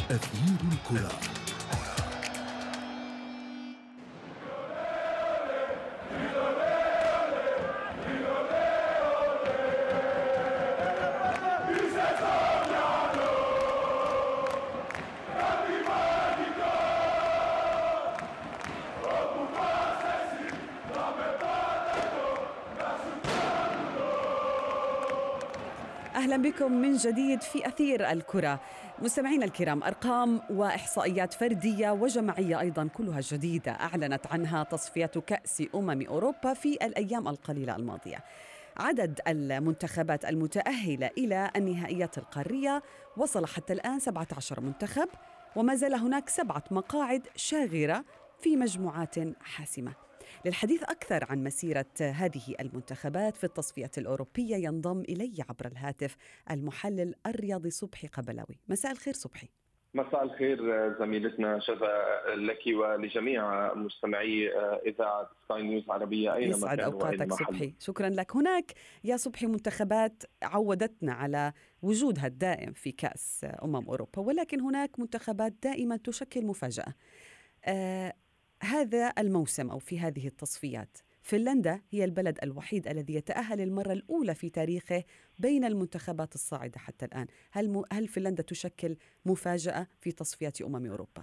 أثير الكرة. أهلا بكم من جديد في أثير الكرة. مستمعينا الكرام، أرقام وإحصائيات فردية وجماعية أيضا كلها جديدة أعلنت عنها تصفيات كأس أوروبا في الأيام القليلة الماضية. عدد المنتخبات المتأهلة إلى النهائيات القارية وصل حتى الآن 17 منتخب، وما زال هناك 7 مقاعد شاغرة في مجموعات حاسمة. للحديث أكثر عن مسيرة هذه المنتخبات في التصفيات الأوروبية ينضم إلي عبر الهاتف المحلل الرياضي صبحي قبلاوي. مساء الخير صبحي. مساء الخير زميلتنا شذا لك ولجميع مستمعي إذاعة سكاي نيوز عربية أينما يسعد كانوا أوقاتك صبحي، شكرا لك. هناك يا صبحي منتخبات عودتنا على وجودها الدائم في كأس أوروبا، ولكن هناك منتخبات دائما تشكل مفاجأة. هذا الموسم أو في هذه التصفيات فنلندا هي البلد الوحيد الذي يتأهل المرة الأولى في تاريخه بين المنتخبات الصاعدة حتى الآن. هل فنلندا تشكل مفاجأة في تصفيات أوروبا؟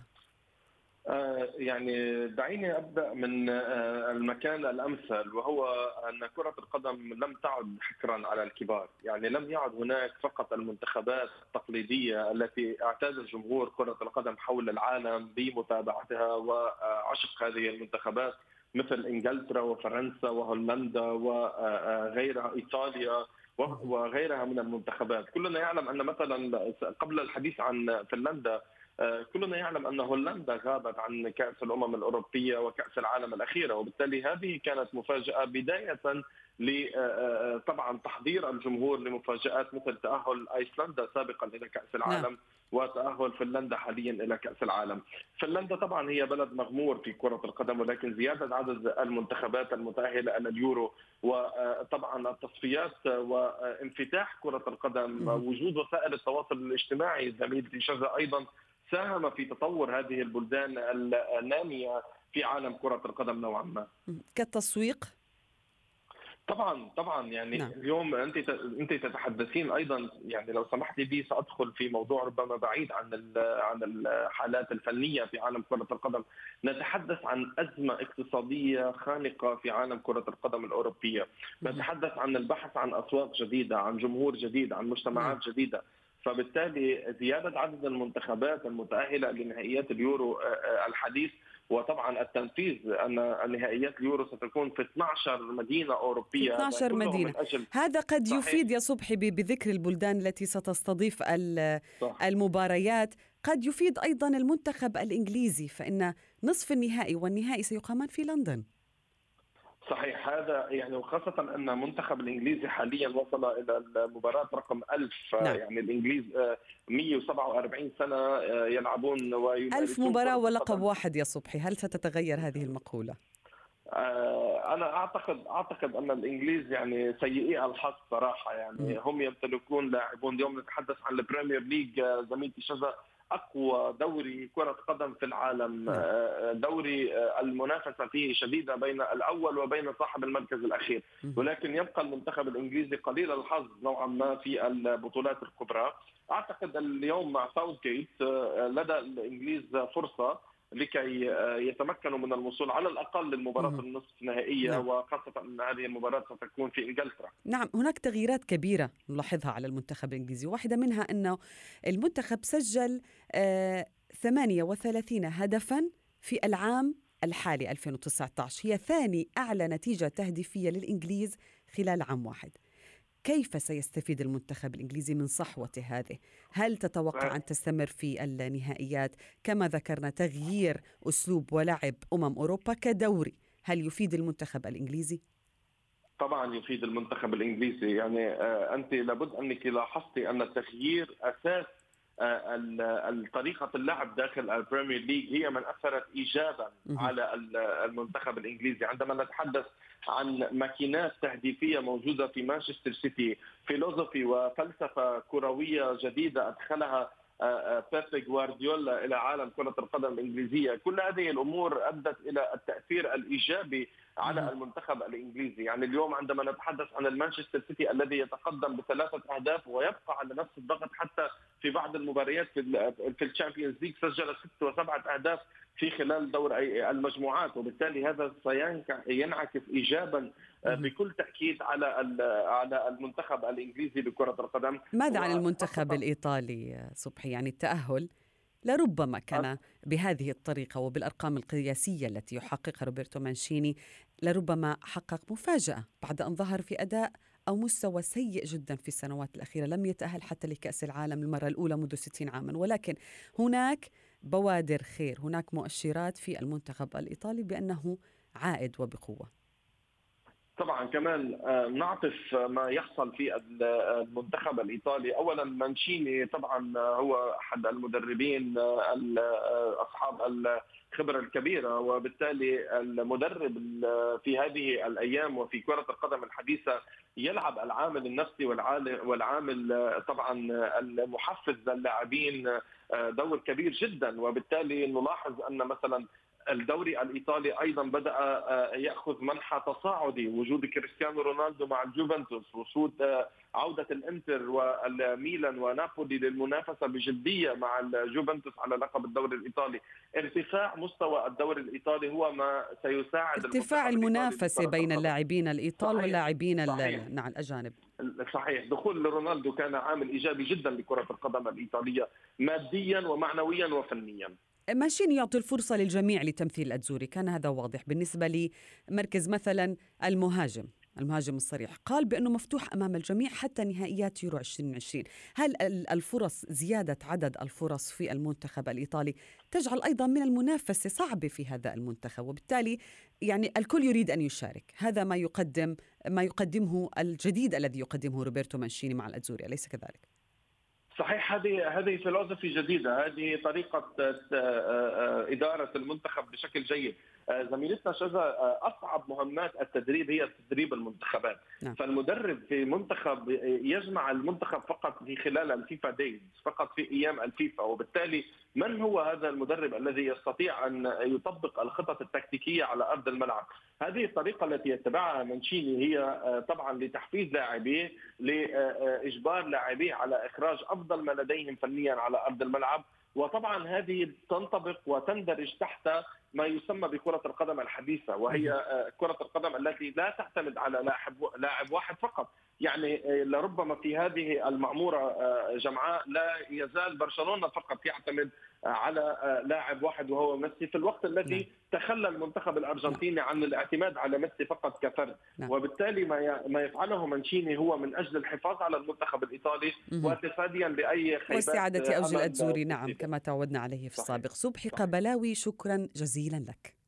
يعني دعيني أبدأ من المكان الأمثل، وهو أن كرة القدم لم تعد حكرا على الكبار. يعني لم يعد هناك فقط المنتخبات التقليدية التي اعتاد الجمهور كرة القدم حول العالم بمتابعتها وعشق هذه المنتخبات، مثل إنجلترا وفرنسا وهولندا وغيرها، إيطاليا وغيرها من المنتخبات. كلنا يعلم أن مثلا قبل الحديث عن فنلندا كلنا يعلم أن هولندا غابت عن كأس الأمم الأوروبية وكأس العالم الأخيرة، وبالتالي هذه كانت مفاجأة بداية طبعا تحضير الجمهور لمفاجآت مثل تأهل أيسلندا سابقا إلى كأس العالم وتأهل فنلندا حاليا إلى كأس العالم. فنلندا طبعا هي بلد مغمور في كرة القدم، ولكن زيادة عدد المنتخبات المتأهلة إلى اليورو وطبعا التصفيات وانفتاح كرة القدم، وجود وسائل التواصل الاجتماعي زميلتي شذا أيضا ساهم في تطور هذه البلدان النامية في عالم كرة القدم نوعا ما. كالتسويق طبعا يعني نعم. اليوم انت تتحدثين ايضا، يعني لو سمحتي لي سادخل في موضوع ربما بعيد عن الحالات الفنيه في عالم كره القدم. نتحدث عن ازمه اقتصاديه خانقه في عالم كره القدم الاوروبيه، نتحدث عن البحث عن اسواق جديده، عن جمهور جديد، عن مجتمعات جديده. فبالتالي زياده عدد المنتخبات المتاهله لنهائيات اليورو الحديث، وطبعا التنفيذ أن نهائيات اليورو ستكون في 12 مدينة أوروبية، 12 مدينة. هذا قد يفيد يا صبحي بذكر البلدان التي ستستضيف المباريات، قد يفيد أيضا المنتخب الإنجليزي، فإن نصف النهائي والنهائي سيقامان في لندن. صحيح هذا، يعني وخاصة أن منتخب الإنجليزي حاليا وصل إلى المباراة رقم 1000. نعم. يعني الإنجليز 147 سنة يلعبون 1000 مباراة ولقب واحد يا صبحي، هل ستتغير هذه المقولة؟ أنا أعتقد أن الإنجليز يعني سيئي الحظ صراحة. يعني هم يمتلكون لاعبون، اليوم نتحدث عن البريمير ليج زميلتي شذا، أقوى دوري كرة قدم في العالم، دوري المنافسة فيه شديدة بين الأول وبين صاحب المركز الأخير، ولكن يبقى المنتخب الإنجليزي قليل الحظ نوعا ما في البطولات الكبرى. أعتقد اليوم مع ساوثغيت لدى الإنجليز فرصة لكي يتمكنوا من الوصول على الأقل للمباراة النصف نهائية، وخاصة أن هذه المباراة ستكون في إنجلترا. نعم، هناك تغييرات كبيرة نلاحظها على المنتخب الإنجليزي، واحدة منها أنه المنتخب سجل 38 هدفا في العام الحالي 2019، هي ثاني أعلى نتيجة تهديفية للإنجليز خلال عام واحد. كيف سيستفيد المنتخب الإنجليزي من صحوته هذه؟ هل تتوقع أن تستمر في النهائيات؟ كما ذكرنا تغيير أسلوب ولعب أوروبا كدوري، هل يفيد المنتخب الإنجليزي؟ طبعا يفيد المنتخب الإنجليزي. يعني أنت لابد أنك لاحظتي أن التغيير أساس طريقة اللعب داخل البريمير ليج هي من أثرت إيجابا على المنتخب الإنجليزي. عندما نتحدث عن ماكينات تهديفية موجودة في مانشستر سيتي، فيلوزوفي وفلسفة كروية جديدة أدخلها بيب غوارديولا إلى عالم كرة القدم الإنجليزية. كل هذه الأمور أدت إلى التأثير الإيجابي على المنتخب الإنجليزي. يعني اليوم عندما نتحدث عن المانشستر سيتي الذي يتقدم ب3 أهداف ويبقى على نفس الضغط حتى في بعض المباريات في الشامبيونز ليج، سجل 6 و7 أهداف في خلال دور المجموعات، وبالتالي هذا سينعكس إيجابا بكل تأكيد على المنتخب الإنجليزي لكرة القدم. ماذا عن المنتخب الإيطالي صبحي؟ يعني التأهل لربما كان بهذه الطريقة وبالأرقام القياسية التي يحققها روبرتو مانشيني، لربما حقق مفاجأة بعد أن ظهر في أداء أو مستوى سيء جدا في السنوات الأخيرة. لم يتأهل حتى لكأس العالم للمرة الأولى منذ 60 عاما، ولكن هناك بوادر خير، هناك مؤشرات في المنتخب الإيطالي بأنه عائد وبقوة. طبعا كمان نعطف ما يحصل في المنتخب الإيطالي. أولا مانشيني طبعا هو أحد المدربين أصحاب الخبرة الكبيرة، وبالتالي المدرب في هذه الأيام وفي كرة القدم الحديثة يلعب العامل النفسي والعامل طبعا المحفز للاعبين دور كبير جدا. وبالتالي نلاحظ أن مثلا الدوري الإيطالي أيضا بدأ يأخذ منحى تصاعدي، وجود كريستيانو رونالدو مع الجوفنتوس، وجود عودة الانتر والميلان ونابولي للمنافسة بجدية مع الجوفنتوس على لقب الدوري الإيطالي. ارتفاع مستوى الدوري الإيطالي هو ما سيساعد ارتفاع المنافسة بين اللاعبين الإيطال واللاعبين الأجانب. صحيح، دخول رونالدو كان عامل إيجابي جدا لكرة القدم الإيطالية ماديا ومعنويا وفنيا. مانشيني يعطي الفرصة للجميع لتمثيل الأتزوري، كان هذا واضح. بالنسبة لمركز مثلا المهاجم الصريح، قال بأنه مفتوح أمام الجميع حتى نهائيات يورو 2020. هل الفرص، زيادة عدد الفرص في المنتخب الإيطالي تجعل أيضا من المنافسة صعبة في هذا المنتخب، وبالتالي يعني الكل يريد أن يشارك؟ هذا ما يقدمه الجديد الذي يقدمه روبرتو مانشيني مع الأتزوري، أليس كذلك؟ صحيح، هذه فلسفة جديدة، هذه طريقة إدارة المنتخب بشكل جيد. زميلتنا شذى، أصعب مهمات التدريب هي تدريب المنتخبات. نعم. فالمدرب في منتخب يجمع المنتخب فقط في خلال الفيفا دايز، فقط في أيام الفيفا، وبالتالي من هو هذا المدرب الذي يستطيع أن يطبق الخطط التكتيكية على أرض الملعب؟ هذه الطريقة التي يتبعها مانشيني هي طبعا لتحفيز لاعبيه، لإجبار لاعبيه على إخراج أفضل ما لديهم فنيا على أرض الملعب. وطبعا هذه تنطبق وتندرج تحت ما يسمى بكرة القدم الحديثة، وهي كرة القدم التي لا تعتمد على لاعب واحد فقط. يعني لربما في هذه المعمورة جمعاء لا يزال برشلونة فقط يعتمد على لاعب واحد وهو ميسي، في الوقت الذي تخلى المنتخب الأرجنتيني عن الاعتماد على ميسي فقط كفرد. وبالتالي ما يفعله مانشيني هو من أجل الحفاظ على المنتخب الإيطالي وتفاديا لأي خيبات واستعادة أوج الأتزوري، نعم، كما تعودنا عليه في السابق. صبحي قبلاوي، شكرا جزيلا لك.